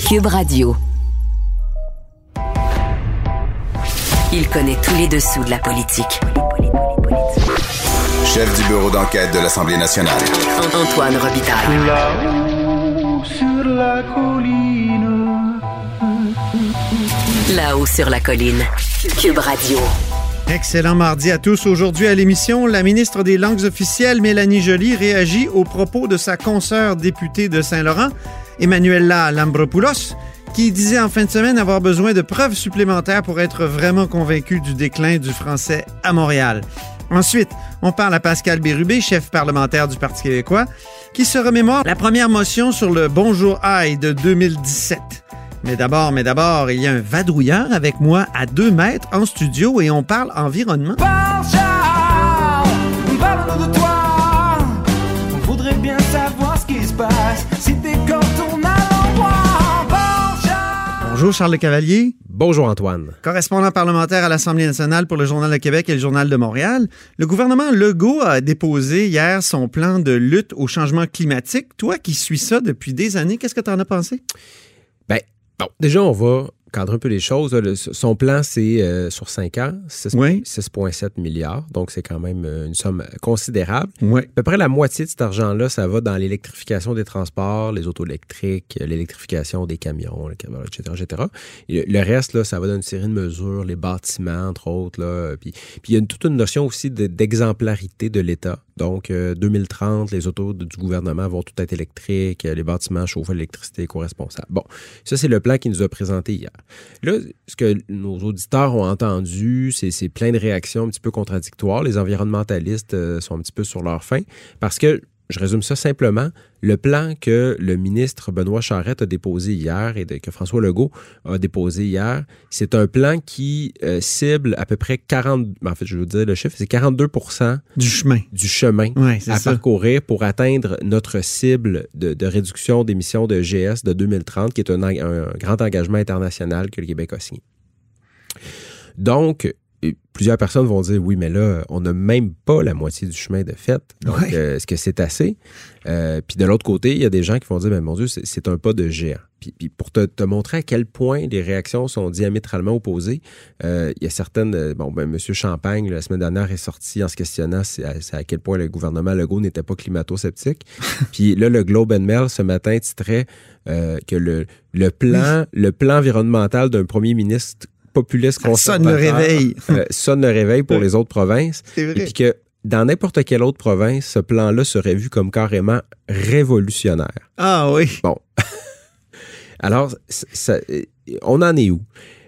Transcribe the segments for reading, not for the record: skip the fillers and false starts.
Cube Radio. Il connaît tous les dessous de la politique. Chef du bureau d'enquête de l'Assemblée nationale. Antoine Robitaille. Là-haut sur la colline. Là-haut sur la colline. Cube Radio. Excellent mardi à tous. Aujourd'hui à l'émission, la ministre des Langues officielles, Mélanie Joly, réagit aux propos de sa consoeur députée de Saint-Laurent, Emmanuella Lambropoulos, qui disait en fin de semaine avoir besoin de preuves supplémentaires pour être vraiment convaincue du déclin du français à Montréal. Ensuite, on parle à Pascal Bérubé, chef parlementaire du Parti québécois, qui se remémore la première motion sur le Bonjour Aïe de 2017. Mais d'abord, il y a un vadrouilleur avec moi à 2 mètres en studio et on parle environnement. Parle-nous de toi. On voudrait bien savoir ce qui se passe. Si t'es comme ton endroit. Bonjour Charles Le Cavalier. Bonjour Antoine. Correspondant parlementaire à l'Assemblée nationale pour le Journal de Québec et le Journal de Montréal. Le gouvernement Legault a déposé hier son plan de lutte au changement climatique. Toi qui suis ça depuis des années, qu'est-ce que tu en as pensé? Bon, déjà, on va cadrer un peu les choses. Son plan, c'est sur 5 ans, 6,7 milliards. Donc, c'est quand même une somme considérable. Oui. À peu près la moitié de cet argent-là, ça va dans l'électrification des transports, les autos électriques, l'électrification des camions, etc. Et le reste, là, ça va dans une série de mesures, les bâtiments, entre autres. Là. Puis il y a toute une notion aussi d'exemplarité de l'État. Donc, 2030, les autos du gouvernement vont tout être électriques, les bâtiments chauffés à l'électricité éco-responsable. Bon, ça, c'est le plan qu'il nous a présenté hier. Là, ce que nos auditeurs ont entendu, c'est plein de réactions un petit peu contradictoires. Les environnementalistes sont un petit peu sur leur faim parce que, je résume ça simplement, le plan que le ministre Benoît Charette a déposé hier et que François Legault a déposé hier, c'est un plan qui cible à peu près 40... En fait, je veux dire le chiffre, c'est 42% Du chemin à parcourir pour atteindre notre cible de réduction d'émissions de GS de 2030, qui est un grand engagement international que le Québec a signé. Donc, plusieurs personnes vont dire, oui, mais là, on n'a même pas la moitié du chemin de fait. Donc, est-ce que c'est assez? Puis de l'autre côté, il y a des gens qui vont dire, mais mon Dieu, c'est un pas de géant. Puis pour te montrer à quel point les réactions sont diamétralement opposées, il y a certaines... M. Champagne, la semaine dernière, est sorti en se questionnant c'est à quel point le gouvernement Legault n'était pas climato-sceptique. Puis là, le Globe and Mail, ce matin, titrait que le plan environnemental d'un premier ministre populiste conservateur sonne le réveil pour les autres provinces. C'est vrai. Et puis que dans n'importe quelle autre province, ce plan-là serait vu comme carrément révolutionnaire. Ah oui. Bon. Alors, on en est où?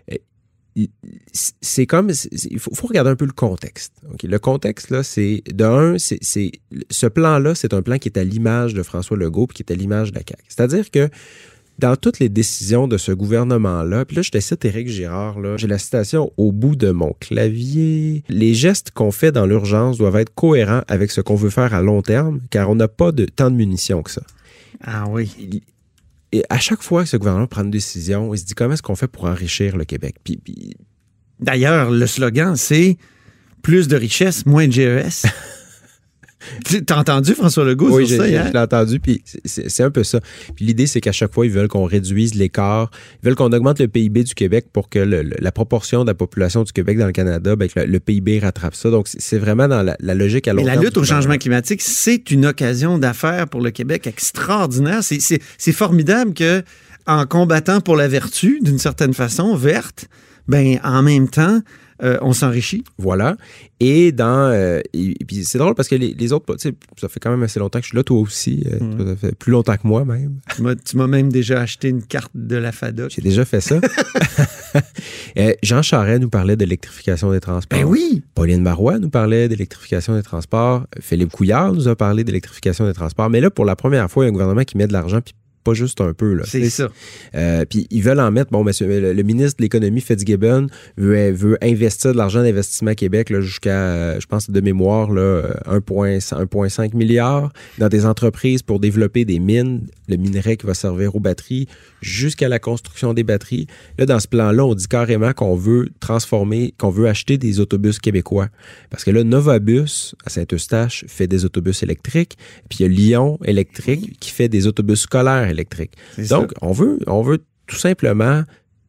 C'est comme... Il faut regarder un peu le contexte. Okay? Le contexte, là, c'est... ce plan-là, c'est un plan qui est à l'image de François Legault puis qui est à l'image de la CAQ. C'est-à-dire que dans toutes les décisions de ce gouvernement-là, puis là, je te cite Éric Girard, là, j'ai la citation au bout de mon clavier. Les gestes qu'on fait dans l'urgence doivent être cohérents avec ce qu'on veut faire à long terme, car on n'a pas tant de munitions que ça. Ah oui. Et à chaque fois que ce gouvernement prend une décision, il se dit comment est-ce qu'on fait pour enrichir le Québec? Puis... D'ailleurs, le slogan, c'est « Plus de richesse, moins de GES ». T'as entendu François Legault sur ça hier? Oui, je l'ai entendu, puis c'est un peu ça. Puis l'idée, c'est qu'à chaque fois, ils veulent qu'on réduise l'écart, ils veulent qu'on augmente le PIB du Québec pour que la proportion de la population du Québec dans le Canada, que le PIB rattrape ça. Donc, c'est vraiment dans la logique à long terme. Mais la lutte au changement climatique, c'est une occasion d'affaires pour le Québec extraordinaire. C'est formidable que, en combattant pour la vertu, d'une certaine façon, verte, en même temps, on s'enrichit. Voilà. Et puis c'est drôle parce que les autres, tu sais, ça fait quand même assez longtemps que je suis là, toi aussi. Ça fait plus longtemps que moi, même. Tu m'as même déjà acheté une carte de la FADOC. J'ai déjà fait ça. Jean Charest nous parlait d'électrification des transports. Ben oui! Pauline Marois nous parlait d'électrification des transports. Philippe Couillard nous a parlé d'électrification des transports. Mais là, pour la première fois, il y a un gouvernement qui met de l'argent, puis pas juste un peu. Là. C'est ça. Puis ils veulent en mettre... Bon, monsieur, le ministre de l'Économie, Fitzgibbon, veut investir de l'argent d'Investissement Québec là, jusqu'à, je pense, de mémoire, là, 1,5 milliard dans des entreprises pour développer des mines, le minerai qui va servir aux batteries, jusqu'à la construction des batteries. Là, dans ce plan-là, on dit carrément qu'on veut transformer, qu'on veut acheter des autobus québécois. Parce que là, Novabus, à Saint-Eustache, fait des autobus électriques. Puis il y a Lyon Électrique qui fait des autobus scolaires électriques. Donc, on veut tout simplement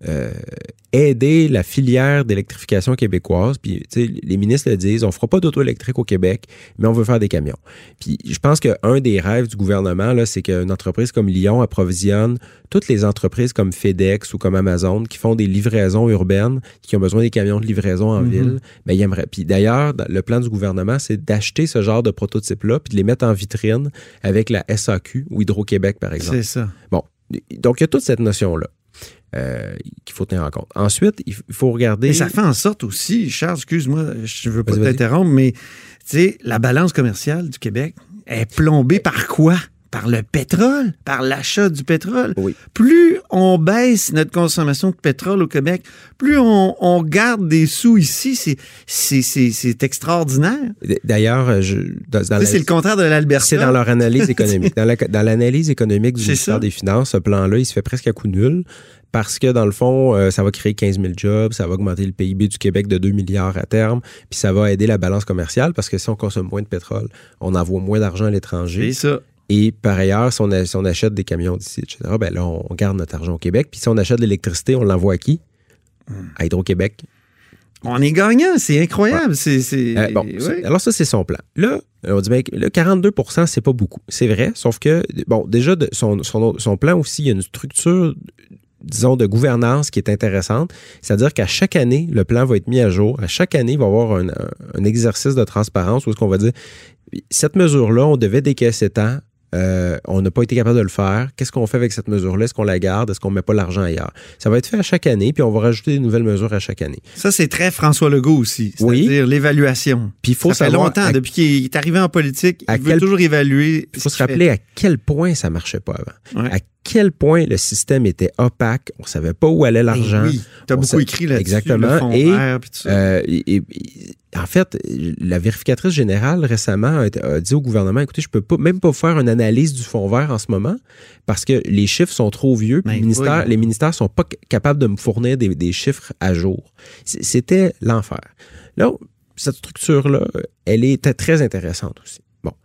aider la filière d'électrification québécoise. Puis, tu sais, les ministres le disent, on fera pas d'auto électrique au Québec, mais on veut faire des camions. Puis, je pense qu'un des rêves du gouvernement, là, c'est qu'une entreprise comme Lyon approvisionne toutes les entreprises comme FedEx ou comme Amazon qui font des livraisons urbaines, qui ont besoin des camions de livraison en ville. Ben, ils aimeraient. Puis, d'ailleurs, le plan du gouvernement, c'est d'acheter ce genre de prototypes-là puis de les mettre en vitrine avec la SAQ ou Hydro-Québec, par exemple. C'est ça. Bon. Donc, il y a toute cette notion-là. Qu'il faut tenir en compte. Ensuite, il faut regarder... Mais ça fait en sorte aussi, Charles, excuse-moi, je ne veux pas t'interrompre, mais tu sais, la balance commerciale du Québec est plombée par quoi? Par le pétrole, par l'achat du pétrole. Oui. Plus on baisse notre consommation de pétrole au Québec, plus on garde des sous ici. C'est extraordinaire. D'ailleurs, c'est le contraire de l'Alberta. C'est dans leur analyse économique. Dans l'analyse économique du ministère des Finances, ce plan-là, il se fait presque à coup nul. Parce que, dans le fond, ça va créer 15 000 jobs, ça va augmenter le PIB du Québec de 2 milliards à terme, puis ça va aider la balance commerciale, parce que si on consomme moins de pétrole, on envoie moins d'argent à l'étranger. C'est ça. Et par ailleurs, si on achète des camions d'ici, etc., ben là, on garde notre argent au Québec. Puis si on achète de l'électricité, on l'envoie à qui? À Hydro-Québec. On est gagnant, c'est incroyable. Ouais. Alors ça, c'est son plan. Là, on dit, ben, le 42 %, c'est pas beaucoup. C'est vrai, sauf que, bon, déjà, son plan aussi, il y a une structure, disons, de gouvernance qui est intéressante. C'est-à-dire qu'à chaque année, le plan va être mis à jour. À chaque année, il va y avoir un exercice de transparence où est-ce qu'on va dire, cette mesure-là, on devait décaisser tant. On n'a pas été capable de le faire. Qu'est-ce qu'on fait avec cette mesure-là? Est-ce qu'on la garde? Est-ce qu'on ne met pas l'argent ailleurs? Ça va être fait à chaque année, puis on va rajouter des nouvelles mesures à chaque année. Ça, c'est très François Legault aussi. C'est-à-dire l'évaluation. Puis ça fait longtemps, depuis qu'il est arrivé en politique, il veut toujours évaluer. Il faut se rappeler à quel point ça ne marchait pas avant. Ouais. À quel point le système était opaque. On ne savait pas où allait l'argent. Oui, tu as beaucoup écrit là-dessus. Exactement. Le fonds vert, puis tout ça. En fait, la vérificatrice générale récemment a dit au gouvernement, écoutez, je ne peux même pas faire une analyse du fonds vert en ce moment parce que les chiffres sont trop vieux. Puis les ministères ne sont pas capables de me fournir des chiffres à jour. C'était l'enfer. Là, cette structure-là, elle est très intéressante aussi.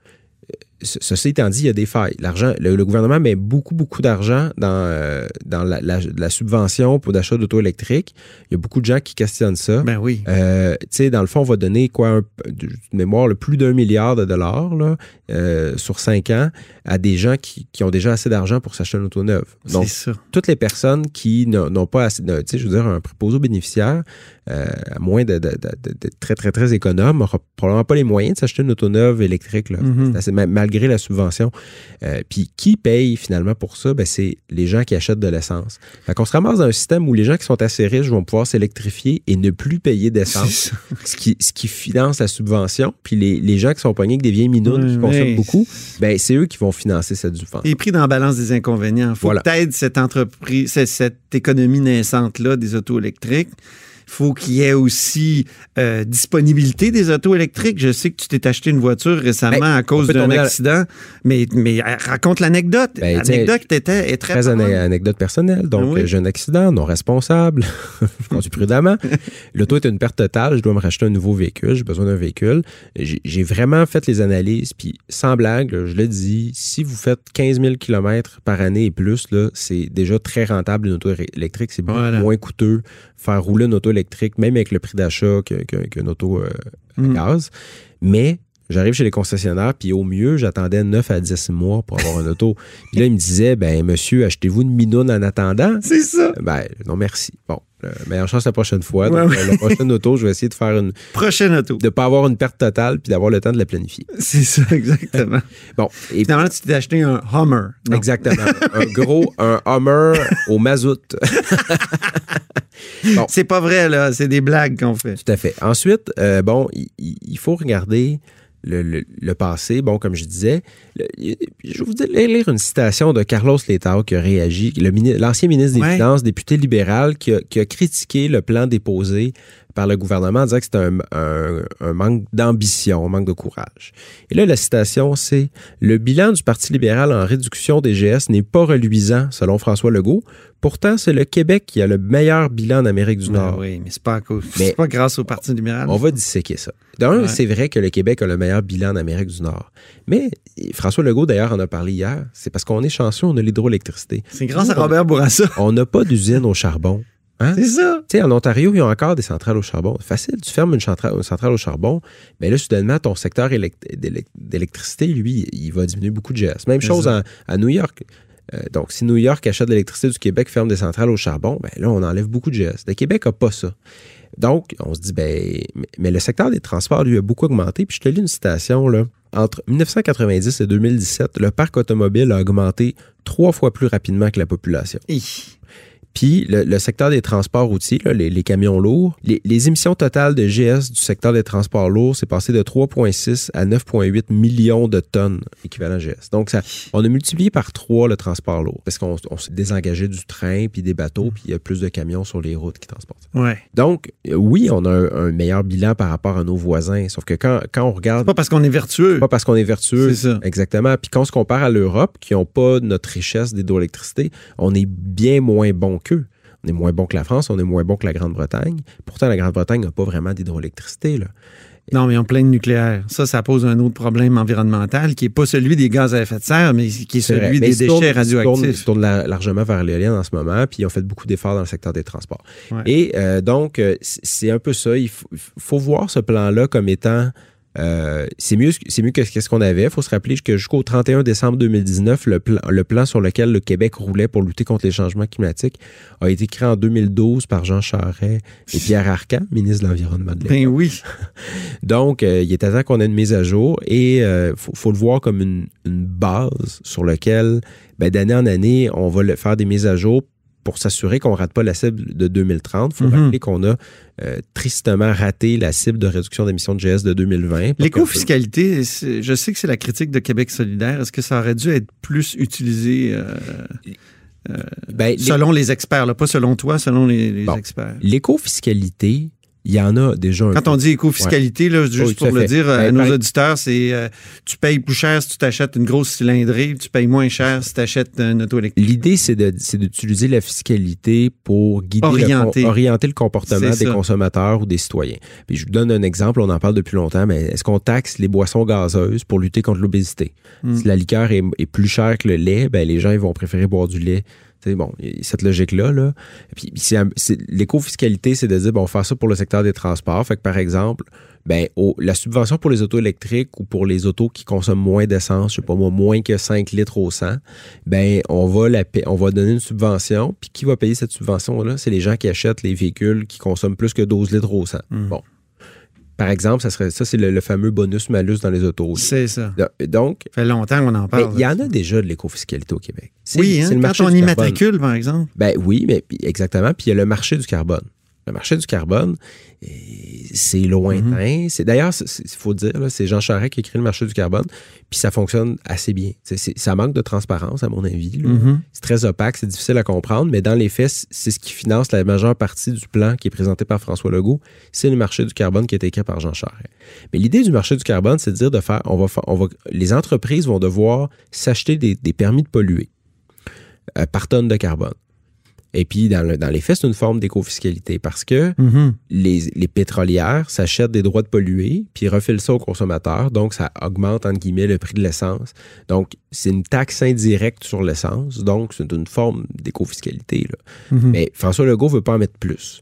Ceci étant dit, il y a des failles. L'argent, le gouvernement met beaucoup de dans la subvention pour d'achat d'auto électriques. Il y a beaucoup de gens qui questionnent ça. Ben oui. Tu sais, dans le fond, on va donner de mémoire plus d'1 milliard de dollars là, sur 5 ans à des gens qui ont déjà assez d'argent pour s'acheter une auto neuve. Donc, c'est ça. Toutes les personnes qui n'ont pas assez, tu sais, je veux dire, un préposé aux bénéficiaires, à moins d'être très, très, très économe, n'aura probablement pas les moyens de s'acheter une auto neuve électrique, là. Malgré la subvention. Puis qui paye finalement pour ça? Ben, c'est les gens qui achètent de l'essence. Fait qu'on se ramasse dans un système où les gens qui sont assez riches vont pouvoir s'électrifier et ne plus payer d'essence, ce qui finance la subvention. Puis les gens qui sont pognés avec des vieilles minounes qui consomment beaucoup, ben, c'est eux qui vont financer cette subvention. Et pris dans la balance des inconvénients. Il faut que t'aides cette entreprise, cette économie naissante-là des autos électriques. Il faut qu'il y ait aussi disponibilité des autos électriques. Je sais que tu t'es acheté une voiture récemment à cause d'un accident, mais raconte l'anecdote. L'anecdote est très anecdote personnelle. Donc, j'ai un accident non responsable. Je conduis prudemment. L'auto est une perte totale. Je dois me racheter un nouveau véhicule. J'ai besoin d'un véhicule. J'ai vraiment fait les analyses. Puis, sans blague, là, je le dis, si vous faites 15 000 km par année et plus, là, c'est déjà très rentable une auto électrique. C'est beaucoup moins coûteux faire rouler une auto électrique, même avec le prix d'achat qu'une auto à gaz. Mais j'arrive chez les concessionnaires, puis au mieux, j'attendais 9 à 10 mois pour avoir une auto. Puis là, ils me disaient, ben monsieur, achetez-vous une minoune en attendant. C'est ça. Ben non, merci. Bon, meilleure chance la prochaine fois. Donc, la prochaine auto, je vais essayer de faire une... Prochaine auto. De ne pas avoir une perte totale, puis d'avoir le temps de la planifier. C'est ça, exactement. Bon. Et finalement, tu t'es acheté un Hummer. Non. Exactement. un Hummer au mazout. Bon. C'est pas vrai, là. C'est des blagues qu'on fait. Tout à fait. Ensuite, il faut regarder le passé. Bon, comme je disais, je vais vous lire une citation de Carlos Letao qui a réagi, l'ancien ministre des Finances, député libéral, qui a critiqué le plan déposé par le gouvernement en disant que c'était un manque d'ambition, un manque de courage. Et là, la citation, c'est « Le bilan du Parti libéral en réduction des GS n'est pas reluisant, selon François Legault. Pourtant, c'est le Québec qui a le meilleur bilan en Amérique du Nord. » Oui, mais c'est pas grâce au Parti libéral. On va disséquer ça. D'un, c'est vrai que le Québec a le meilleur bilan en Amérique du Nord. Mais François Legault, d'ailleurs, en a parlé hier. C'est parce qu'on est chanceux, on a l'hydroélectricité. C'est grâce à Robert Bourassa. On n'a pas d'usine au charbon. Hein? C'est ça. Tu sais, en Ontario, ils ont encore des centrales au charbon. Facile, tu fermes une centrale au charbon, mais là, soudainement, ton secteur d'électricité, lui, il va diminuer beaucoup de gestes. Même chose à New York. Donc, si New York achète de l'électricité du Québec, ferme des centrales au charbon, ben là, on enlève beaucoup de gestes. Le Québec n'a pas ça. Donc, on se dit, mais le secteur des transports, lui, a beaucoup augmenté. Puis je te lis une citation, là. Entre 1990 et 2017, le parc automobile a augmenté 3 fois plus rapidement que la population. Puis le secteur des transports routiers, là, les camions lourds, les émissions totales de GS du secteur des transports lourds, c'est passé de 3,6 à 9,8 millions de tonnes équivalent GS. Donc, on a multiplié par 3 le transport lourd parce qu'on s'est désengagé du train puis des bateaux, puis il y a plus de camions sur les routes qui transportent. Ouais. Donc, oui, on a un meilleur bilan par rapport à nos voisins, sauf que quand on regarde... C'est pas parce qu'on est vertueux. Pas parce qu'on est vertueux. C'est ça. Exactement. Puis quand on se compare à l'Europe, qui n'ont pas notre richesse d'hydroélectricité, on est bien moins bon qu'eux. On est moins bon que la France, on est moins bon que la Grande-Bretagne. Pourtant, la Grande-Bretagne n'a pas vraiment d'hydroélectricité, là. Non, mais en plein de nucléaire. Ça pose un autre problème environnemental qui n'est pas celui des gaz à effet de serre, mais qui est celui des déchets radioactifs. Ils tournent largement vers l'éolienne en ce moment, puis ils ont fait beaucoup d'efforts dans le secteur des transports. Ouais. Et donc, c'est un peu ça. Il faut voir ce plan-là comme étant... c'est mieux que ce qu'on avait. Il faut se rappeler que jusqu'au 31 décembre 2019, le plan sur lequel le Québec roulait pour lutter contre les changements climatiques a été créé en 2012 par Jean Charest et Pierre Arcan, ministre de l'Environnement de l'époque. Ben oui. Donc, il était temps qu'on ait une mise à jour et faut le voir comme une base sur laquelle, d'année en année, on va faire des mises à jour pour s'assurer qu'on ne rate pas la cible de 2030. Il faut rappeler qu'on a tristement raté la cible de réduction d'émissions de GS de 2020. L'écofiscalité, je sais que c'est la critique de Québec solidaire. Est-ce que ça aurait dû être plus utilisé selon les experts, là, pas selon toi, selon les experts? L'écofiscalité, il y en a déjà un Quand on dit éco-fiscalité, là, juste pour le dire à nos auditeurs, c'est tu payes plus cher si tu t'achètes une grosse cylindrée, tu payes moins cher si tu achètes un auto électrique. L'idée, c'est d'utiliser la fiscalité pour guider orienter le comportement des consommateurs ou des citoyens. Puis je vous donne un exemple, on en parle depuis longtemps, mais est-ce qu'on taxe les boissons gazeuses pour lutter contre l'obésité? Si la liqueur est plus chère que le lait, les gens ils vont préférer boire du lait. Bon, cette logique-là, là. Puis l'éco-fiscalité, c'est de dire, on va faire ça pour le secteur des transports. Fait que, par exemple, la subvention pour les autos électriques ou pour les autos qui consomment moins d'essence, je sais pas moi, moins que 5 litres au 100, on va donner une subvention. Puis qui va payer cette subvention-là? C'est les gens qui achètent les véhicules qui consomment plus que 12 litres au 100. Bon. Par exemple, c'est le fameux bonus-malus dans les autos. C'est ça. Donc, ça fait longtemps qu'on en parle. Il y en a déjà de l'éco-fiscalité au Québec. C'est le marché quand on immatricule, par exemple. Oui, mais exactement. Puis il y a le marché du carbone. Le marché du carbone, c'est lointain. D'ailleurs, il faut dire, là, c'est Jean Charest qui a créé le marché du carbone, puis ça fonctionne assez bien. Ça manque de transparence, à mon avis. C'est très opaque, c'est difficile à comprendre, mais dans les faits, c'est ce qui finance la majeure partie du plan qui est présenté par François Legault. C'est le marché du carbone qui a été créé par Jean Charest. Mais l'idée du marché du carbone, c'est de dire les entreprises vont devoir s'acheter des permis de polluer par tonne de carbone. Et puis, dans les faits, c'est une forme d'éco-fiscalité parce que les pétrolières s'achètent des droits de polluer puis refilent ça aux consommateurs. Donc, ça augmente, entre guillemets, le prix de l'essence. Donc, c'est une taxe indirecte sur l'essence. Donc, c'est une forme d'éco-fiscalité, là. Mais François Legault ne veut pas en mettre plus.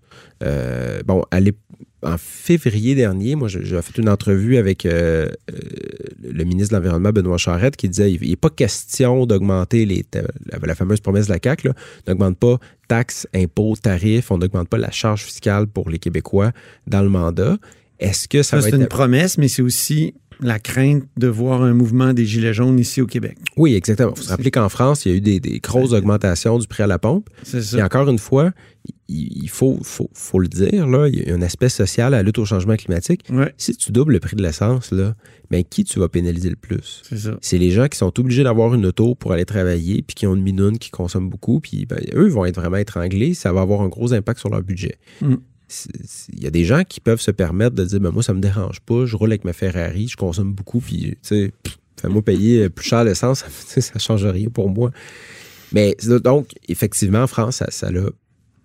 En février dernier, moi, j'ai fait une entrevue avec le ministre de l'Environnement, Benoît Charette, qui disait qu'il n'est pas question d'augmenter la fameuse promesse de la CAQ. Là, on n'augmente pas taxes, impôts, tarifs, on n'augmente pas la charge fiscale pour les Québécois dans le mandat. Est-ce que ça va être... C'est une promesse, mais c'est aussi la crainte de voir un mouvement des Gilets jaunes ici au Québec. Oui, exactement. Il faut se rappeler qu'en France, il y a eu des grosses augmentations du prix à la pompe. C'est ça. Et encore une fois, il faut le dire, là, il y a un aspect social à la lutte au changement climatique. Ouais. Si tu doubles le prix de l'essence, là, qui tu vas pénaliser le plus? C'est ça. C'est les gens qui sont obligés d'avoir une auto pour aller travailler puis qui ont une minoune qui consomme beaucoup. Puis eux vont être vraiment étranglés. Ça va avoir un gros impact sur leur budget. Il y a des gens qui peuvent se permettre de dire moi, ça me dérange pas, je roule avec ma Ferrari, je consomme beaucoup, puis fais-moi payer plus cher l'essence, ça change rien pour moi. Mais donc, effectivement, en France, ça a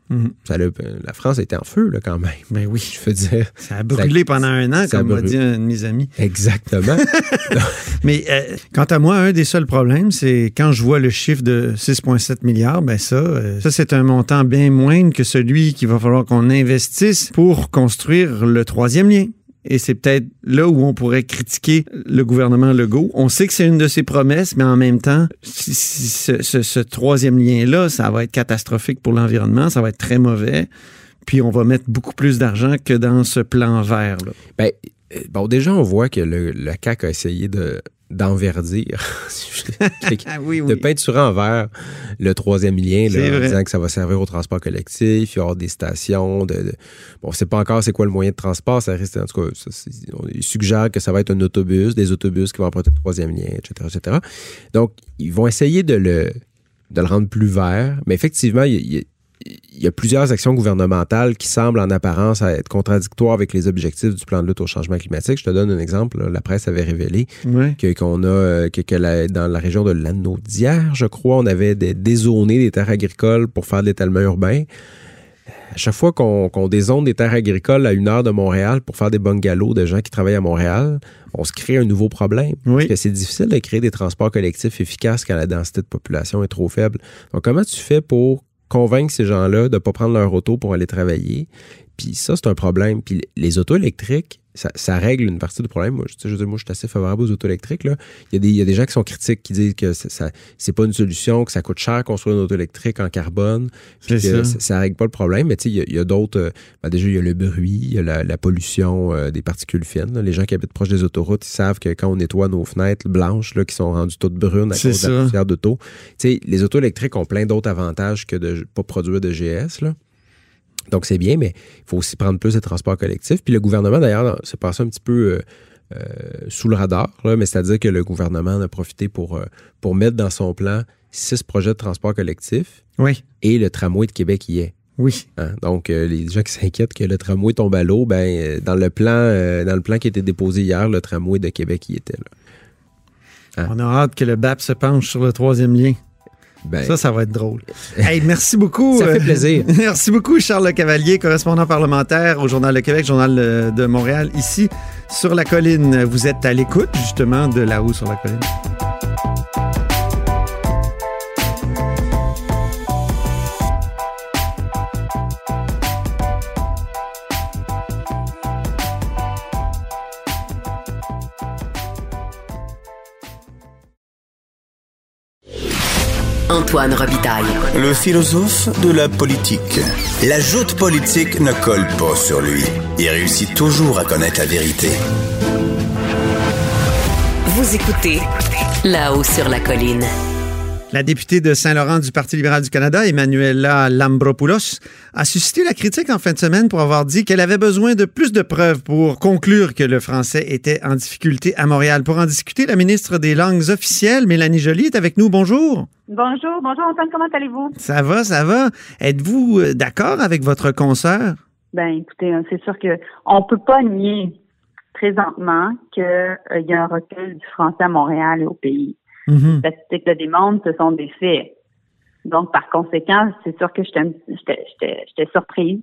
La France était en feu, là, quand même. Ben oui. Je veux dire. Ça a brûlé pendant un an, comme m'a dit un de mes amis. Exactement. Mais quant à moi, un des seuls problèmes, c'est quand je vois le chiffre de 6,7 milliards, ben ça, c'est un montant bien moindre que celui qu'il va falloir qu'on investisse pour construire le troisième lien. Et c'est peut-être là où on pourrait critiquer le gouvernement Legault. On sait que c'est une de ses promesses, mais en même temps, ce troisième lien-là, ça va être catastrophique pour l'environnement, ça va être très mauvais. Puis on va mettre beaucoup plus d'argent que dans ce plan vert-là. Ben, bon, déjà, on voit que le CAQ a essayé d'enverdir, de peinturer en vert le troisième lien, là, en disant que ça va servir au transport collectif, il va y avoir des stations. Bon, on ne sait pas encore c'est quoi le moyen de transport, ça reste, en tout cas, ils suggèrent que ça va être un autobus, des autobus qui vont emprunter le troisième lien, etc., etc. Donc, ils vont essayer de le rendre plus vert, mais effectivement, il y a plusieurs actions gouvernementales qui semblent en apparence être contradictoires avec les objectifs du plan de lutte au changement climatique. Je te donne un exemple. Là. La presse avait révélé que dans la région de Lanaudière, je crois, on avait dézoné des terres agricoles pour faire de l'étalement urbain. À chaque fois qu'on dézone des terres agricoles à 1 heure de Montréal pour faire des bungalows de gens qui travaillent à Montréal, on se crée un nouveau problème. Parce que c'est difficile de créer des transports collectifs efficaces quand la densité de population est trop faible. Donc, comment tu fais pour convaincre ces gens-là de ne pas prendre leur auto pour aller travailler? Puis ça, c'est un problème. Puis les autos électriques, ça règle une partie du problème. Moi, je suis assez favorable aux autos électriques. Là. Il y a des gens qui sont critiques, qui disent que c'est pas une solution, que ça coûte cher construire une auto électrique en carbone. Puis ça règle pas le problème. Mais tu sais, il y a d'autres... déjà, il y a le bruit, il y a la pollution des particules fines. Là. Les gens qui habitent proche des autoroutes, ils savent que quand on nettoie nos fenêtres blanches, là, qui sont rendues toutes brunes à cause de la poussière d'auto, tu sais, les autos électriques ont plein d'autres avantages que de ne pas produire de GS, là. Donc, c'est bien, mais il faut aussi prendre plus de transports collectifs. Puis le gouvernement, d'ailleurs, s'est passé un petit peu sous le radar, là, mais c'est-à-dire que le gouvernement en a profité pour mettre dans son plan 6 projets de transport collectif. Oui. Et le tramway de Québec y est. Oui. Hein? Donc, les gens qui s'inquiètent que le tramway tombe à l'eau, dans le plan qui a été déposé hier, le tramway de Québec y était. Là. Hein? On a hâte que le BAP se penche sur le troisième lien. Ça va être drôle. Hey, merci beaucoup. Ça fait plaisir. Merci beaucoup, Charles Le Cavalier, correspondant parlementaire au Journal de Québec, Journal de Montréal, ici sur la colline. Vous êtes à l'écoute, justement, de Là-haut sur la colline. Antoine Robitaille. Le philosophe de la politique. La joute politique ne colle pas sur lui. Il réussit toujours à connaître la vérité. Vous écoutez Là-haut sur la colline. La députée de Saint-Laurent du Parti libéral du Canada, Emmanuella Lambropoulos, a suscité la critique en fin de semaine pour avoir dit qu'elle avait besoin de plus de preuves pour conclure que le français était en difficulté à Montréal. Pour en discuter, la ministre des Langues officielles, Mélanie Joly, est avec nous. Bonjour. Bonjour Antoine, comment allez-vous? Ça va. Êtes-vous d'accord avec votre consoeur? Ben, écoutez, c'est sûr que on peut pas nier présentement qu'il y a un recul du français à Montréal et au pays. Les statistiques le démontrent, ce sont des faits. Donc, par conséquent, c'est sûr que j'étais surprise.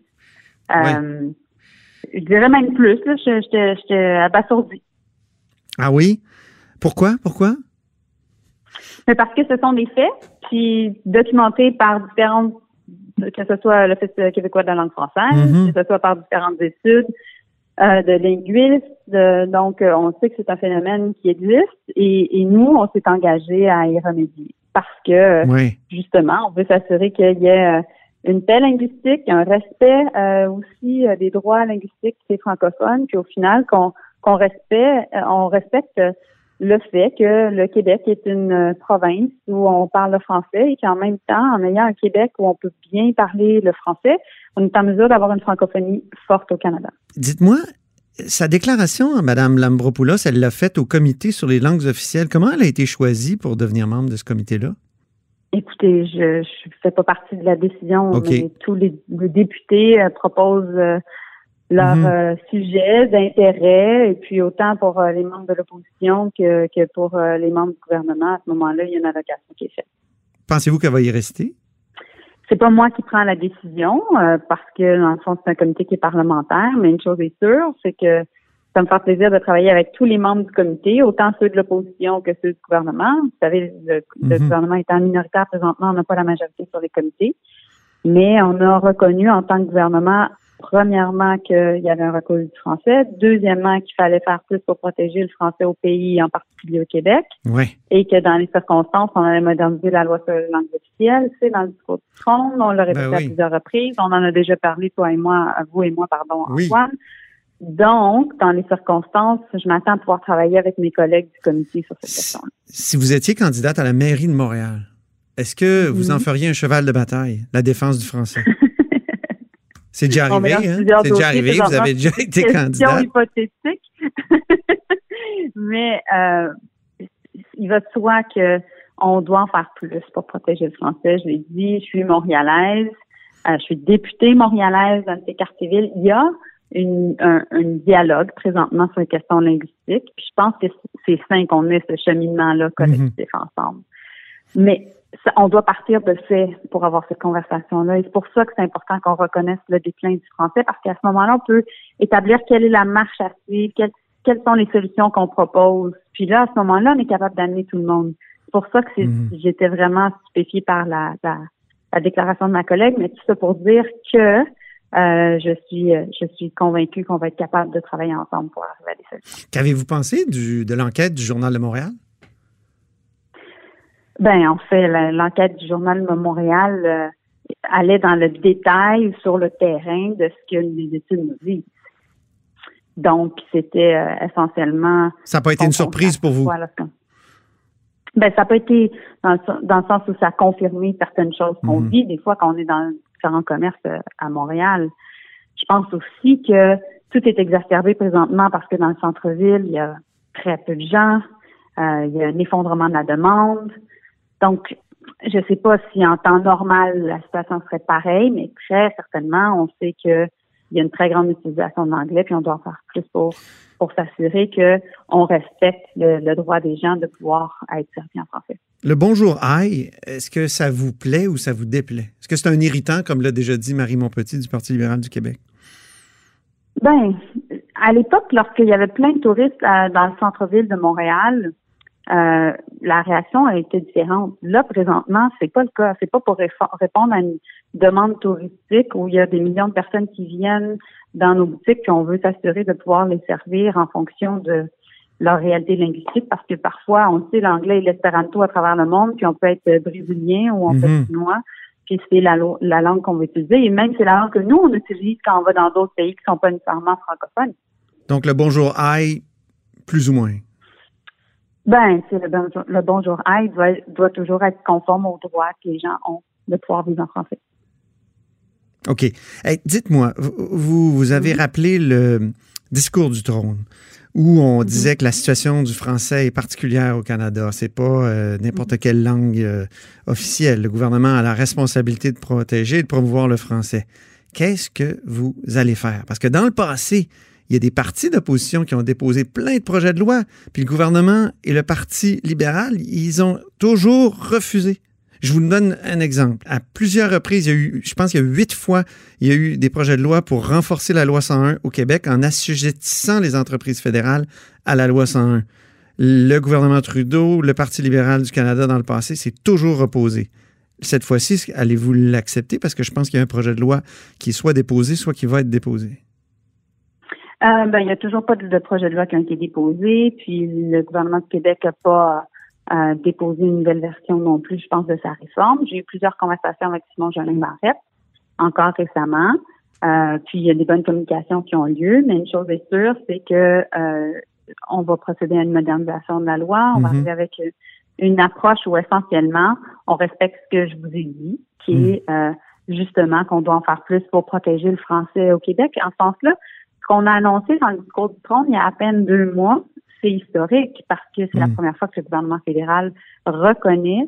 Je dirais même plus, là, j'étais abasourdie. Ah oui? Pourquoi? Mais parce que ce sont des faits, puis documentés par différentes, que ce soit l'Office québécois de la langue française, que ce soit par différentes études de linguistes. Donc, on sait que c'est un phénomène qui existe et nous, on s'est engagé à y remédier parce que, justement, on veut s'assurer qu'il y ait une paix linguistique, un respect aussi des droits linguistiques des francophones, puis au final, on respecte le fait que le Québec est une province où on parle le français et qu'en même temps, en ayant un Québec où on peut bien parler le français, on est en mesure d'avoir une francophonie forte au Canada. Dites-moi, sa déclaration, Mme Lambropoulos, elle l'a faite au comité sur les langues officielles. Comment elle a été choisie pour devenir membre de ce comité-là? Écoutez, je fais pas partie de la décision, mais tous les députés proposent leur sujet d'intérêt, et puis autant pour les membres de l'opposition que pour les membres du gouvernement. À ce moment-là, il y a une allocation qui est faite. Pensez-vous qu'elle va y rester? c'est pas moi qui prends la décision parce que, dans le fond, c'est un comité qui est parlementaire, mais une chose est sûre, c'est que ça me fait plaisir de travailler avec tous les membres du comité, autant ceux de l'opposition que ceux du gouvernement. Vous savez, le gouvernement étant minoritaire présentement, on n'a pas la majorité sur les comités. Mais on a reconnu en tant que gouvernement, premièrement, qu'il y avait un recul du français. Deuxièmement, qu'il fallait faire plus pour protéger le français au pays, en particulier au Québec. Oui. Et que dans les circonstances, on allait moderniser la loi sur les langues officielles. C'est dans le discours du trône. On l'a répété à plusieurs reprises. On en a déjà parlé, vous et moi, oui. Antoine. Donc, dans les circonstances, je m'attends à pouvoir travailler avec mes collègues du comité sur cette question-là. Si vous étiez candidate à la mairie de Montréal, est-ce que vous en feriez un cheval de bataille, la défense du français? C'est déjà arrivé, hein? C'est déjà arrivé, vous avez déjà été candidate. C'est hypothétique. Mais il va de soi qu'on doit en faire plus pour protéger le français. Je l'ai dit, je suis montréalaise, je suis députée montréalaise dans ces quartiers-villes. Il y a un dialogue présentement sur les questions linguistiques. Puis je pense que c'est sain qu'on ait ce cheminement-là collectif ensemble. Mais on doit partir de fait pour avoir cette conversation-là. Et c'est pour ça que c'est important qu'on reconnaisse le déclin du français, parce qu'à ce moment-là, on peut établir quelle est la marche à suivre, quelles sont les solutions qu'on propose. Puis là, à ce moment-là, on est capable d'amener tout le monde. C'est pour ça que j'étais vraiment stupéfiée par la déclaration de ma collègue, mais tout ça pour dire que je suis convaincue qu'on va être capable de travailler ensemble pour arriver à des solutions. Qu'avez-vous pensé de l'enquête du Journal de Montréal? Ben, en fait, l'enquête du Journal de Montréal allait dans le détail sur le terrain de ce que les études nous disent. Donc, c'était essentiellement... Ça n'a pas été une surprise pour vous? Ben, ça n'a pas été dans le sens où ça a confirmé certaines choses qu'on vit des fois quand on est dans différents commerces à Montréal. Je pense aussi que tout est exacerbé présentement parce que dans le centre-ville, il y a très peu de gens, il y a un effondrement de la demande. Donc, je ne sais pas si en temps normal, la situation serait pareille, mais très certainement, on sait qu'il y a une très grande utilisation de l'anglais, puis on doit en faire plus pour s'assurer qu'on respecte le droit des gens de pouvoir être servis en français. Le bonjour aïe, est-ce que ça vous plaît ou ça vous déplaît? Est-ce que c'est un irritant, comme l'a déjà dit Marie Montpetit du Parti libéral du Québec? Ben, à l'époque, lorsqu'il y avait plein de touristes dans le centre-ville de Montréal, la réaction a été différente. Là, présentement, c'est pas le cas. C'est pas pour répondre à une demande touristique où il y a des millions de personnes qui viennent dans nos boutiques puis on veut s'assurer de pouvoir les servir en fonction de leur réalité linguistique parce que parfois, on sait l'anglais et l'espéranto à travers le monde puis on peut être brésilien ou on peut être chinois puis c'est la langue qu'on va utiliser et même c'est la langue que nous, on utilise quand on va dans d'autres pays qui sont pas nécessairement francophones. Donc, le bonjour aïe, plus ou moins? Ben, c'est le bonjour aïe doit toujours être conforme aux droits que les gens ont de pouvoir vivre en français. OK. Hey, dites-moi, vous avez rappelé le discours du trône où on disait que la situation du français est particulière au Canada. C'est pas n'importe quelle langue officielle. Le gouvernement a la responsabilité de protéger et de promouvoir le français. Qu'est-ce que vous allez faire? Parce que dans le passé, il y a des partis d'opposition qui ont déposé plein de projets de loi, puis le gouvernement et le Parti libéral, ils ont toujours refusé. Je vous donne un exemple. À plusieurs reprises, je pense qu'il y a 8 fois, il y a eu des projets de loi pour renforcer la loi 101 au Québec en assujettissant les entreprises fédérales à la loi 101. Le gouvernement Trudeau, le Parti libéral du Canada dans le passé, s'est toujours opposé. Cette fois-ci, allez-vous l'accepter? Parce que je pense qu'il y a un projet de loi qui est soit déposé, soit qui va être déposé. Il n'y a toujours pas de projet de loi qui a été déposé, puis le gouvernement du Québec n'a pas déposé une nouvelle version non plus, je pense, de sa réforme. J'ai eu plusieurs conversations avec Simon Jolin Barrette, encore récemment, puis il y a des bonnes communications qui ont lieu, mais une chose est sûre, c'est que on va procéder à une modernisation de la loi, on va arriver avec une approche où essentiellement, on respecte ce que je vous ai dit, qui est justement qu'on doit en faire plus pour protéger le français au Québec. En ce sens-là, ce qu'on a annoncé dans le discours du trône il y a à peine 2 mois, c'est historique parce que c'est la première fois que le gouvernement fédéral reconnaît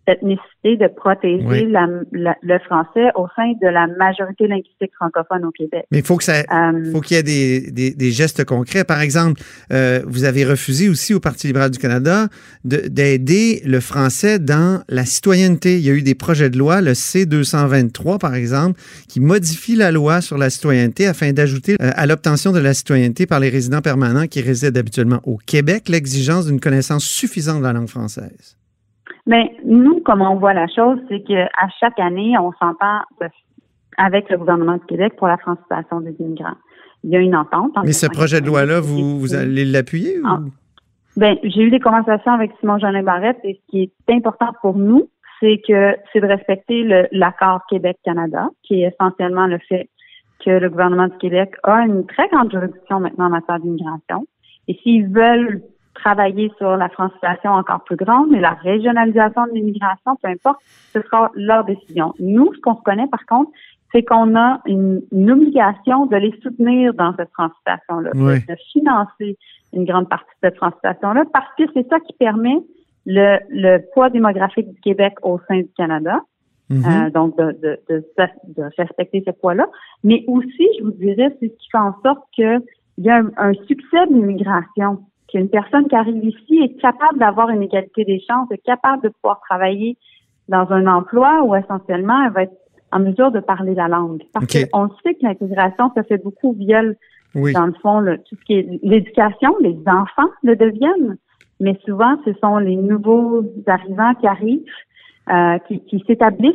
cette nécessité de protéger le français au sein de la majorité linguistique francophone au Québec. Mais il faut qu'il y ait des gestes concrets. Par exemple, vous avez refusé aussi au Parti libéral du Canada d'aider le français dans la citoyenneté. Il y a eu des projets de loi, le C-223 par exemple, qui modifie la loi sur la citoyenneté afin d'ajouter à l'obtention de la citoyenneté par les résidents permanents qui résident habituellement au Québec l'exigence d'une connaissance suffisante de la langue française. Mais nous, comment on voit la chose, c'est qu'à chaque année, on s'entend avec le gouvernement du Québec pour la francisation des immigrants. Il y a une entente. Mais ce projet de loi-là, vous allez l'appuyer? J'ai eu des conversations avec Simon-Jolin Barrette et ce qui est important pour nous, c'est de respecter l'accord Québec-Canada, qui est essentiellement le fait que le gouvernement du Québec a une très grande juridiction maintenant en matière d'immigration. Et s'ils veulent travailler sur la francisation encore plus grande, mais la régionalisation de l'immigration, peu importe, ce sera leur décision. Nous, ce qu'on reconnaît par contre, c'est qu'on a une obligation de les soutenir dans cette francisation-là, de financer une grande partie de cette francisation-là, parce que c'est ça qui permet le poids démographique du Québec au sein du Canada, donc de respecter ce poids-là, mais aussi, je vous dirais, c'est ce qui fait en sorte qu'il y a un succès de l'immigration, qu'une personne qui arrive ici est capable d'avoir une égalité des chances, est capable de pouvoir travailler dans un emploi où essentiellement elle va être en mesure de parler la langue. Parce qu'on sait que l'intégration, ça fait beaucoup via, dans le fond, tout ce qui est l'éducation, les enfants le deviennent, mais souvent, ce sont les nouveaux arrivants qui arrivent, qui s'établissent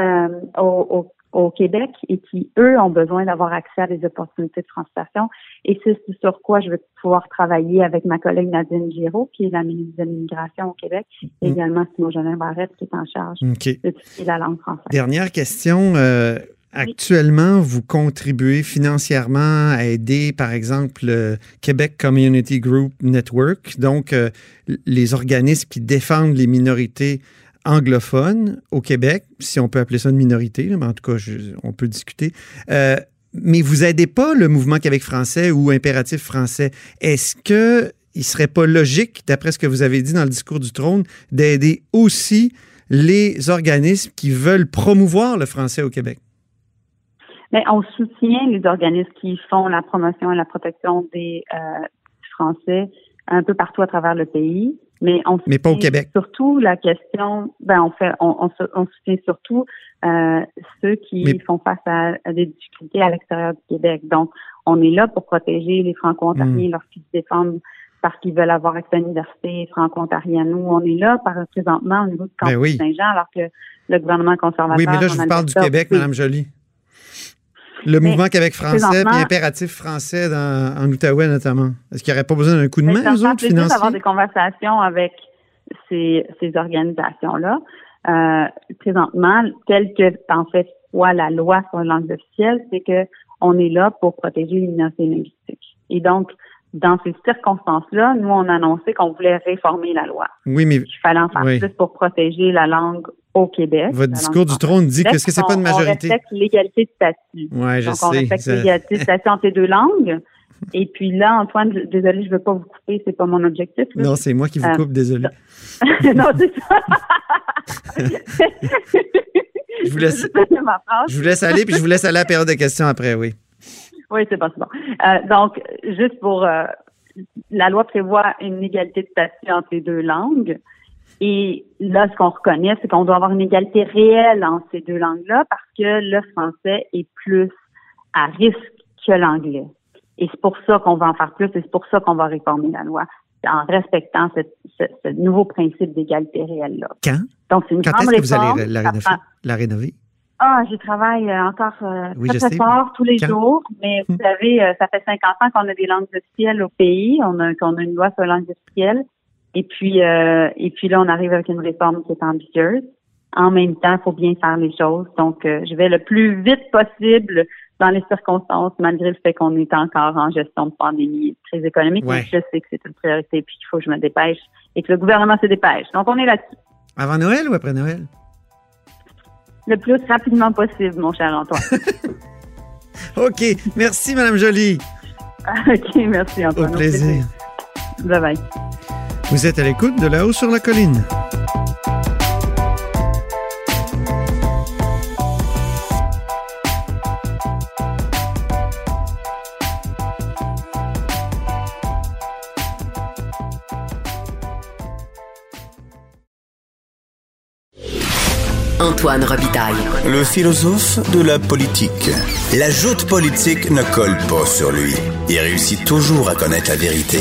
au Québec et qui, eux, ont besoin d'avoir accès à des opportunités de francisation. Et c'est sur quoi je vais pouvoir travailler avec ma collègue Nadine Giraud, qui est la ministre de l'Immigration au Québec, et également Simon-Jolin Barrette, qui est en charge de tout ce qui est la langue française. Dernière question. Actuellement, vous contribuez financièrement à aider, par exemple, le Québec Community Group Network, donc les organismes qui défendent les minorités anglophones au Québec, si on peut appeler ça une minorité, mais en tout cas, on peut discuter. Mais vous n'aidez pas le mouvement Québec français ou Impératif français. Est-ce qu'il ne serait pas logique, d'après ce que vous avez dit dans le discours du trône, d'aider aussi les organismes qui veulent promouvoir le français au Québec? Mais on soutient les organismes qui font la promotion et la protection des Français un peu partout à travers le pays. Mais pas au Québec. Surtout la question, on soutient surtout ceux qui font face à des difficultés à l'extérieur du Québec. Donc, on est là pour protéger les Franco-Ontariens lorsqu'ils se défendent parce qu'ils veulent avoir accès à l'université franco-ontarienne. Nous, on est là présentement au niveau du campus Saint-Jean, alors que le gouvernement conservateur... Oui, mais là, je vous parle du Québec, Mme Joly. Le mouvement Québec français puis Impératif français en Outaouais notamment. Est-ce qu'il n'y aurait pas besoin d'un coup de main, eux autres, financiers? D'avoir des conversations avec ces organisations-là. Présentement, telle que, en fait, soit la loi sur une langue officielle, c'est que on est là pour protéger les minorités linguistiques. Et donc, dans ces circonstances-là, nous, on a annoncé qu'on voulait réformer la loi. Oui, mais... Il fallait en faire plus pour protéger la langue au Québec. Votre discours du trône dit que c'est pas une majorité. On respecte l'égalité de statut. Oui, je sais. Donc, on respecte l'égalité de statut entre les deux langues. Et puis là, Antoine, désolé, je veux pas vous couper, c'est pas mon objectif. Là. Non, c'est moi qui vous coupe, désolé. Non, c'est ça. Je vous laisse aller, puis je vous laisse aller à la période de questions après, oui. Oui, c'est bon. Donc, juste pour... la loi prévoit une égalité de statut entre les deux langues. Et là, ce qu'on reconnaît, c'est qu'on doit avoir une égalité réelle entre ces deux langues-là parce que le français est plus à risque que l'anglais. Et c'est pour ça qu'on va en faire plus et c'est pour ça qu'on va réformer la loi, en respectant ce nouveau principe d'égalité réelle-là. Quand? Donc, c'est une grande est-ce que réforme. Vous allez la rénover? J'y travaille encore très fort tous les jours, mais vous savez, ça fait 50 ans qu'on a des langues officielles au pays, qu'on a une loi sur les langues officielles, et puis là, on arrive avec une réforme qui est ambitieuse. En même temps, il faut bien faire les choses, donc je vais le plus vite possible dans les circonstances, malgré le fait qu'on est encore en gestion de pandémie, crise économique, mais je sais que c'est une priorité, puis qu'il faut que je me dépêche, et que le gouvernement se dépêche. Donc, on est là-dessus. Avant Noël ou après Noël? Le plus rapidement possible, mon cher Antoine. OK. Merci, Mme Joly. OK, merci, Antoine. Au plaisir. Bye-bye. Vous êtes à l'écoute de Là-haut sur la colline. Antoine Robitaille. Le philosophe de la politique. La joute politique ne colle pas sur lui. Il réussit toujours à connaître la vérité.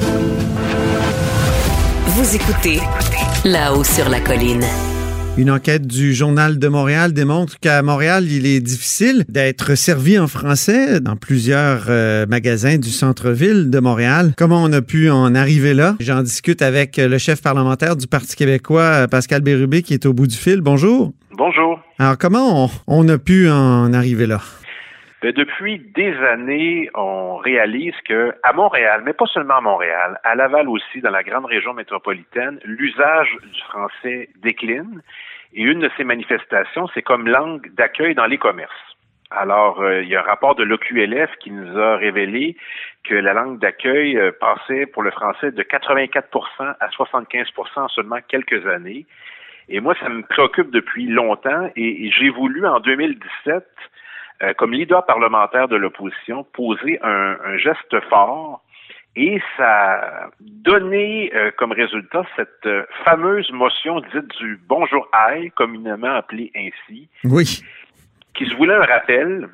Vous écoutez Là-haut sur la colline. Une enquête du Journal de Montréal démontre qu'à Montréal, il est difficile d'être servi en français dans plusieurs magasins du centre-ville de Montréal. Comment on a pu en arriver là? J'en discute avec le chef parlementaire du Parti québécois, Pascal Bérubé, qui est au bout du fil. Bonjour. Bonjour. Alors, comment on a pu en arriver là? Depuis des années, on réalise que à Montréal, mais pas seulement à Montréal, à Laval aussi, dans la grande région métropolitaine, l'usage du français décline. Et une de ces manifestations, c'est comme langue d'accueil dans les commerces. Alors, il y a un rapport de l'OQLF qui nous a révélé que la langue d'accueil passait pour le français de 84% à 75% en seulement quelques années. Et moi, ça me préoccupe depuis longtemps et j'ai voulu, en 2017, comme leader parlementaire de l'opposition, poser un geste fort et ça a donné comme résultat cette fameuse motion dite du « bonjour aïe », communément appelée ainsi, oui, qui se voulait un rappel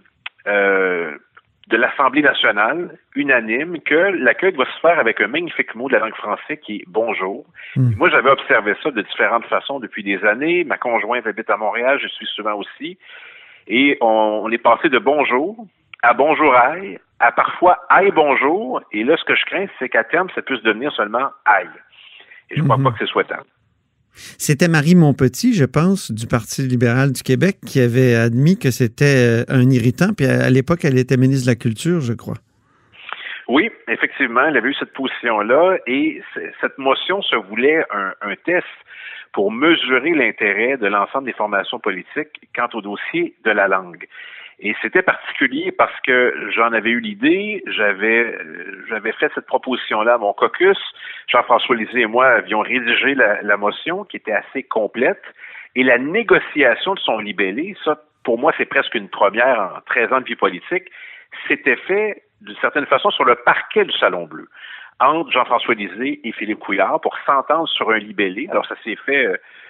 de l'Assemblée nationale unanime que l'accueil doit se faire avec un magnifique mot de la langue française qui est « bonjour ». Moi, j'avais observé ça de différentes façons depuis des années. Ma conjointe habite à Montréal, je suis souvent aussi. Et on est passé de bonjour à bonjour aïe, à parfois aïe bonjour. Et là, ce que je crains, c'est qu'à terme, ça puisse devenir seulement aïe. Et je ne crois pas que c'est souhaitable. C'était Marie Montpetit, je pense, du Parti libéral du Québec, qui avait admis que c'était un irritant. Puis à l'époque, elle était ministre de la Culture, je crois. Oui, effectivement, elle avait eu cette position-là. Et cette motion se voulait un test pour mesurer l'intérêt de l'ensemble des formations politiques quant au dossier de la langue. Et c'était particulier parce que j'en avais eu l'idée, j'avais fait cette proposition-là à mon caucus. Jean-François Lisée et moi avions rédigé la motion qui était assez complète. Et la négociation de son libellé, ça, pour moi, c'est presque une première en 13 ans de vie politique, s'était fait d'une certaine façon sur le parquet du Salon Bleu, entre Jean-François Lisée et Philippe Couillard pour s'entendre sur un libellé. Alors, ça s'est fait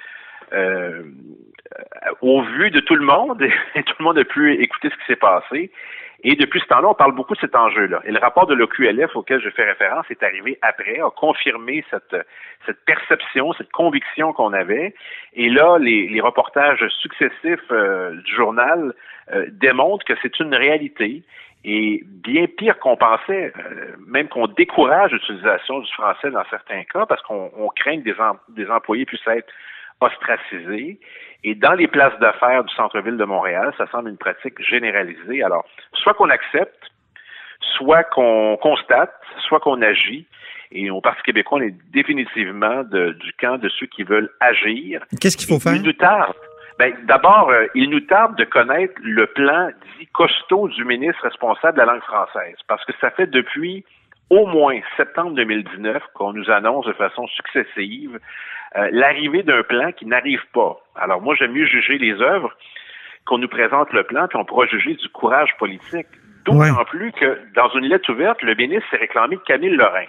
au vu de tout le monde, et tout le monde a pu écouter ce qui s'est passé. Et depuis ce temps-là, on parle beaucoup de cet enjeu-là. Et le rapport de l'OQLF auquel je fais référence est arrivé après, a confirmé cette perception, cette conviction qu'on avait. Et là, les reportages successifs du journal démontrent que c'est une réalité. Et bien pire qu'on pensait, même qu'on décourage l'utilisation du français dans certains cas, parce qu'on craint que des employés puissent être ostracisés. Et dans les places d'affaires du centre-ville de Montréal, ça semble une pratique généralisée. Alors, soit qu'on accepte, soit qu'on constate, soit qu'on agit. Et au Parti québécois, on est définitivement du camp de ceux qui veulent agir. Qu'est-ce qu'il faut faire? Il nous tarde. D'abord, il nous tarde de connaître le plan dit costaud du ministre responsable de la langue française. Parce que ça fait depuis au moins septembre 2019 qu'on nous annonce de façon successive l'arrivée d'un plan qui n'arrive pas. Alors moi, j'aime mieux juger les œuvres qu'on nous présente le plan, puis on pourra juger du courage politique. D'autant plus que dans une lettre ouverte, le ministre s'est réclamé de Camille Lorrain.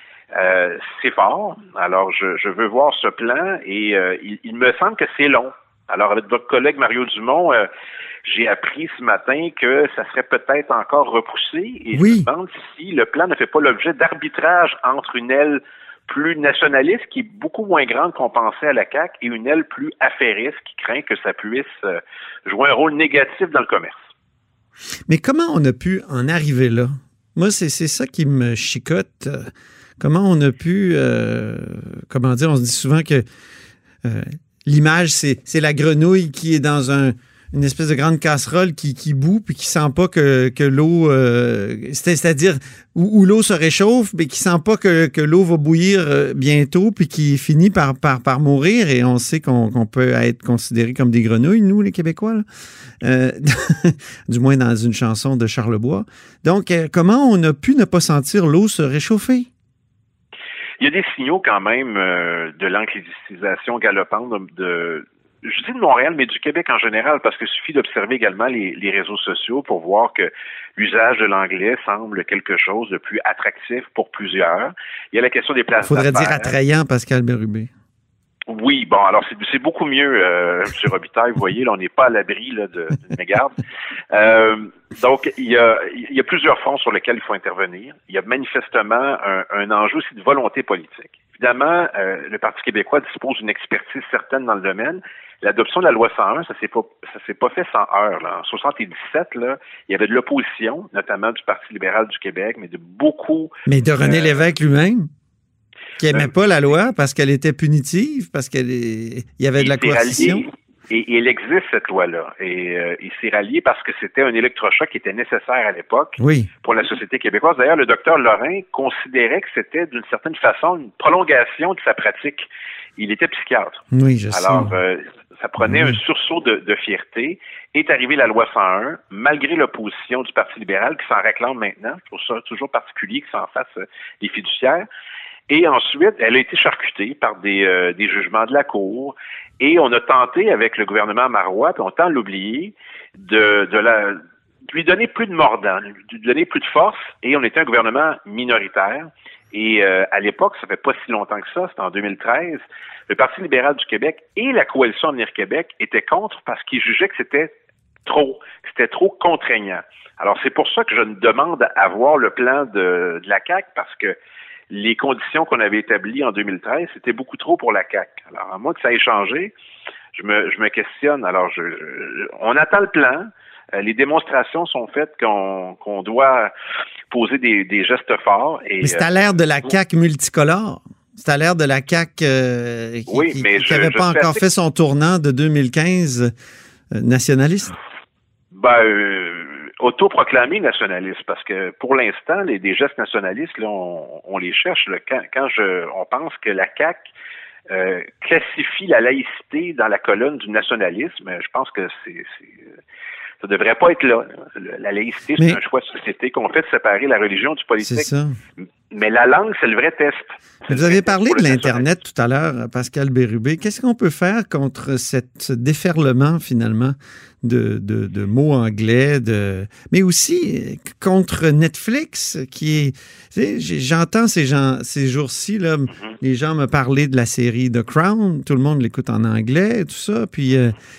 C'est fort. Alors, je veux voir ce plan et il me semble que c'est long. Alors, avec votre collègue Mario Dumont, j'ai appris ce matin que ça serait peut-être encore repoussé. Et je me demande si le plan ne fait pas l'objet d'arbitrage entre une aile plus nationaliste, qui est beaucoup moins grande qu'on pensait à la CAQ, et une aile plus affairiste, qui craint que ça puisse jouer un rôle négatif dans le commerce. Mais comment on a pu en arriver là? Moi, c'est ça qui me chicote. Comment on a pu... comment dire? On se dit souvent que... l'image, c'est la grenouille qui est dans une espèce de grande casserole qui bout puis qui sent pas que l'eau... c'est-à-dire où l'eau se réchauffe mais qui sent pas que l'eau va bouillir bientôt puis qui finit par mourir. Et on sait qu'on peut être considérés comme des grenouilles, nous, les Québécois, là. Du moins dans une chanson de Charlebois. Donc, comment on a pu ne pas sentir l'eau se réchauffer? Il y a des signaux quand même de l'anglicisation galopante je dis de Montréal, mais du Québec en général, parce qu'il suffit d'observer également les réseaux sociaux pour voir que l'usage de l'anglais semble quelque chose de plus attractif pour plusieurs. Il y a la question des places d'affaires. Il faudrait dire attrayant, Pascal Bérubé. Oui, bon, alors c'est beaucoup mieux, M. Robitaille. Vous voyez, là, on n'est pas à l'abri là, d'une mégarde. Donc, il y a plusieurs fronts sur lesquels il faut intervenir. Il y a manifestement un enjeu aussi de volonté politique. Évidemment, le Parti québécois dispose d'une expertise certaine dans le domaine. L'adoption de la loi 101, ça s'est pas fait sans heurts. Là. En 77, là, il y avait de l'opposition, notamment du Parti libéral du Québec, mais de beaucoup... Mais de René Lévesque lui-même, qui n'aimait pas la loi parce qu'elle était punitive, parce qu'il y avait de la coercition. Et il existe, cette loi-là. Et il s'est rallié parce que c'était un électrochoc qui était nécessaire à l'époque pour la société québécoise. D'ailleurs, le docteur Lorrain considérait que c'était, d'une certaine façon, une prolongation de sa pratique. Il était psychiatre. Oui, je sais. Alors, ça prenait un sursaut de fierté. Est arrivée la loi 101, malgré l'opposition du Parti libéral qui s'en réclame maintenant. Je trouve ça toujours particulier que ça en fasse les fiduciaires. Et ensuite, elle a été charcutée par des jugements de la Cour. Et on a tenté, avec le gouvernement Marois, puis on tente de l'oublier, de lui donner plus de mordant, de lui donner plus de force. Et on était un gouvernement minoritaire. Et à l'époque, ça fait pas si longtemps que ça, c'était en 2013, le Parti libéral du Québec et la Coalition Avenir Québec étaient contre parce qu'ils jugeaient que c'était trop contraignant. Alors, c'est pour ça que je demande à voir le plan de la CAQ, parce que les conditions qu'on avait établies en 2013, c'était beaucoup trop pour la CAQ. Alors, à moins que ça ait changé, je me questionne. Alors, on attend le plan. Les démonstrations sont faites qu'on doit poser des gestes forts. Mais c'est à l'ère de la CAQ multicolore. C'est à l'ère de la CAQ qui n'avait pas encore fait son tournant de 2015 nationaliste. Autoproclamé nationaliste, parce que pour l'instant, des gestes nationalistes, là, on les cherche. Là, on pense que la CAQ classifie la laïcité dans la colonne du nationalisme, je pense que ça devrait pas être là. La laïcité, c'est un choix de société qu'on fait de séparer la religion du politique. C'est ça. Mais la langue, c'est le vrai test. Vous avez parlé de l'Internet tout à l'heure, Pascal Bérubé. Qu'est-ce qu'on peut faire contre ce déferlement, finalement, de mots anglais, mais aussi contre Netflix, qui est... J'entends ces jours-ci, là, les gens me parler de la série The Crown, tout le monde l'écoute en anglais, tout ça, puis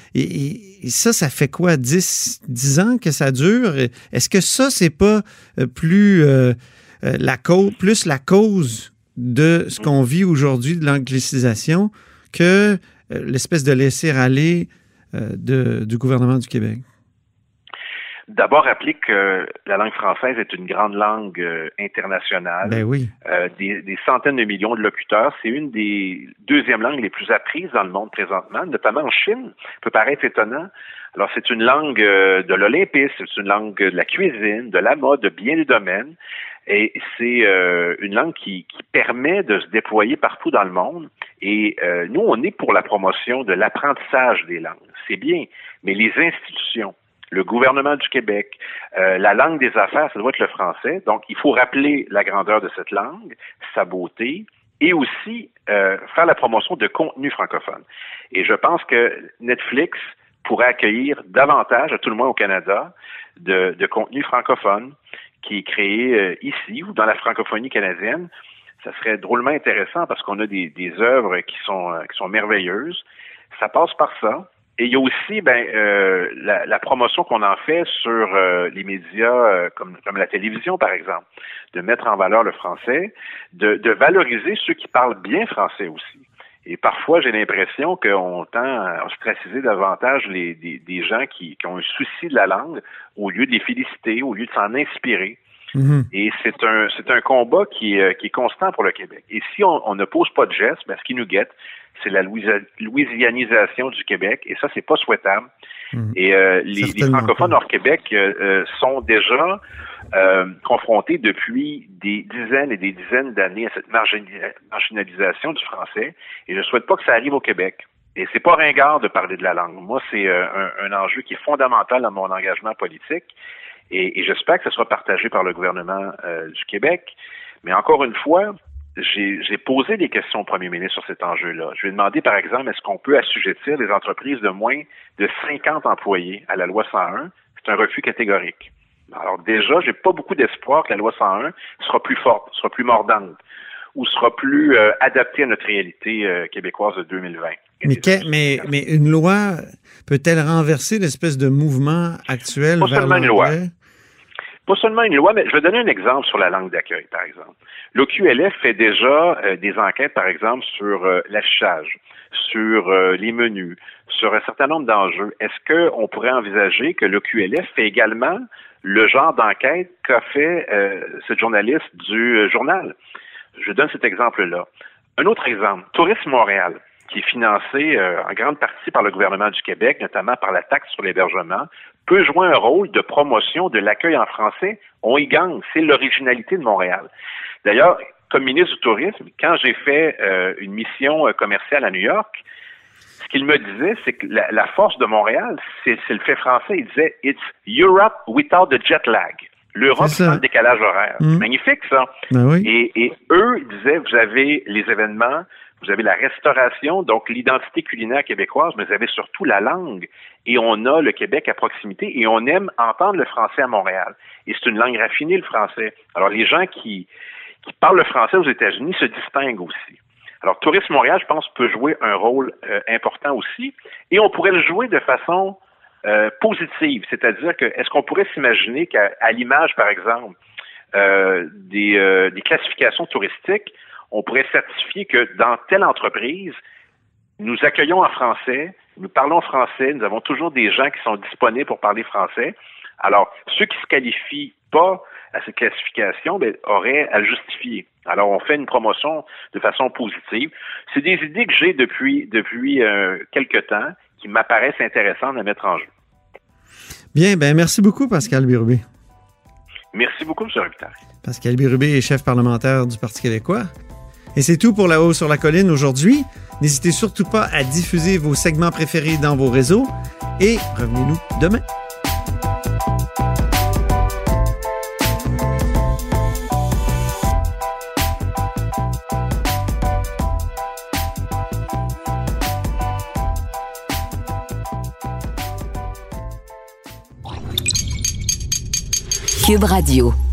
et ça fait quoi, 10 ans que ça dure? Est-ce que ça, c'est pas plus la cause de ce qu'on vit aujourd'hui de l'anglicisation que l'espèce de laisser-aller du gouvernement du Québec? D'abord, rappeler que la langue française est une grande langue internationale. Ben oui. Des centaines de millions de locuteurs. C'est une des deuxièmes langues les plus apprises dans le monde présentement, notamment en Chine. Ça peut paraître étonnant. Alors, c'est une langue de l'olympisme, c'est une langue de la cuisine, de la mode, de bien des domaines. Et c'est une langue qui permet de se déployer partout dans le monde. Et nous, on est pour la promotion de l'apprentissage des langues. C'est bien, mais les institutions, le gouvernement du Québec, la langue des affaires, ça doit être le français. Donc, il faut rappeler la grandeur de cette langue, sa beauté, et aussi faire la promotion de contenu francophone. Et je pense que Netflix pourrait accueillir davantage, à tout le moins au Canada, de contenu francophone qui est créé ici ou dans la francophonie canadienne. Ça serait drôlement intéressant parce qu'on a des œuvres qui sont merveilleuses. Ça passe par ça. Et il y a aussi la promotion qu'on en fait sur les médias comme la télévision, par exemple, de mettre en valeur le français, de valoriser ceux qui parlent bien français aussi. Et parfois, j'ai l'impression qu'on tend à ostraciser davantage des gens qui ont un souci de la langue au lieu de les féliciter, au lieu de s'en inspirer. Mm-hmm. Et c'est un combat qui est constant pour le Québec. Et si on ne pose pas de gestes, ce qui nous guette, c'est la louisianisation du Québec, et ça, c'est pas souhaitable. Mmh. Et les francophones hors Québec sont déjà confrontés depuis des dizaines et des dizaines d'années à cette marginalisation du français, et je souhaite pas que ça arrive au Québec. Et c'est pas ringard de parler de la langue. Moi, c'est un enjeu qui est fondamental dans mon engagement politique, et j'espère que ça sera partagé par le gouvernement du Québec. Mais encore une fois, j'ai posé des questions au premier ministre sur cet enjeu-là. Je lui ai demandé, par exemple, est-ce qu'on peut assujettir les entreprises de moins de 50 employés à la loi 101? C'est un refus catégorique. Alors déjà, j'ai pas beaucoup d'espoir que la loi 101 sera plus forte, sera plus mordante. ou sera plus adapté à notre réalité québécoise de 2020. Mais une loi peut-elle renverser l'espèce de mouvement actuel vers l'anglais? Pas seulement une loi, mais je vais donner un exemple sur la langue d'accueil, par exemple. L'OQLF fait déjà des enquêtes, par exemple, sur l'affichage, sur les menus, sur un certain nombre d'enjeux. Est-ce qu'on pourrait envisager que l'OQLF fait également le genre d'enquête qu'a fait ce journaliste du journal? Je donne cet exemple-là. Un autre exemple, Tourisme Montréal, qui est financé en grande partie par le gouvernement du Québec, notamment par la taxe sur l'hébergement, peut jouer un rôle de promotion de l'accueil en français. On y gagne. C'est l'originalité de Montréal. D'ailleurs, comme ministre du Tourisme, quand j'ai fait une mission commerciale à New York, ce qu'il me disait, c'est que la force de Montréal, c'est le fait français. Il disait « It's Europe without the jet lag ». L'Europe sans le décalage horaire. C'est magnifique, ça. Ben oui. Et eux disaient, vous avez les événements, vous avez la restauration, donc l'identité culinaire québécoise, mais vous avez surtout la langue. Et on a le Québec à proximité et on aime entendre le français à Montréal. Et c'est une langue raffinée, le français. Alors, les gens qui parlent le français aux États-Unis se distinguent aussi. Alors, Tourisme Montréal, je pense, peut jouer un rôle important aussi. Et on pourrait le jouer de façon positive. C'est-à-dire que, est-ce qu'on pourrait s'imaginer qu'à l'image, par exemple, des classifications touristiques, on pourrait certifier que dans telle entreprise, nous accueillons en français, nous parlons français, nous avons toujours des gens qui sont disponibles pour parler français. Alors, ceux qui se qualifient pas à cette classification, auraient à le justifier. Alors, on fait une promotion de façon positive. C'est des idées que j'ai depuis quelque temps qui m'apparaissent intéressantes à mettre en jeu. Bien, merci beaucoup, Pascal Bérubé. Merci beaucoup, M. Robitaille. Pascal Bérubé est chef parlementaire du Parti québécois. Et c'est tout pour Là-haut sur la colline aujourd'hui. N'hésitez surtout pas à diffuser vos segments préférés dans vos réseaux et revenez-nous demain. Cube Radio.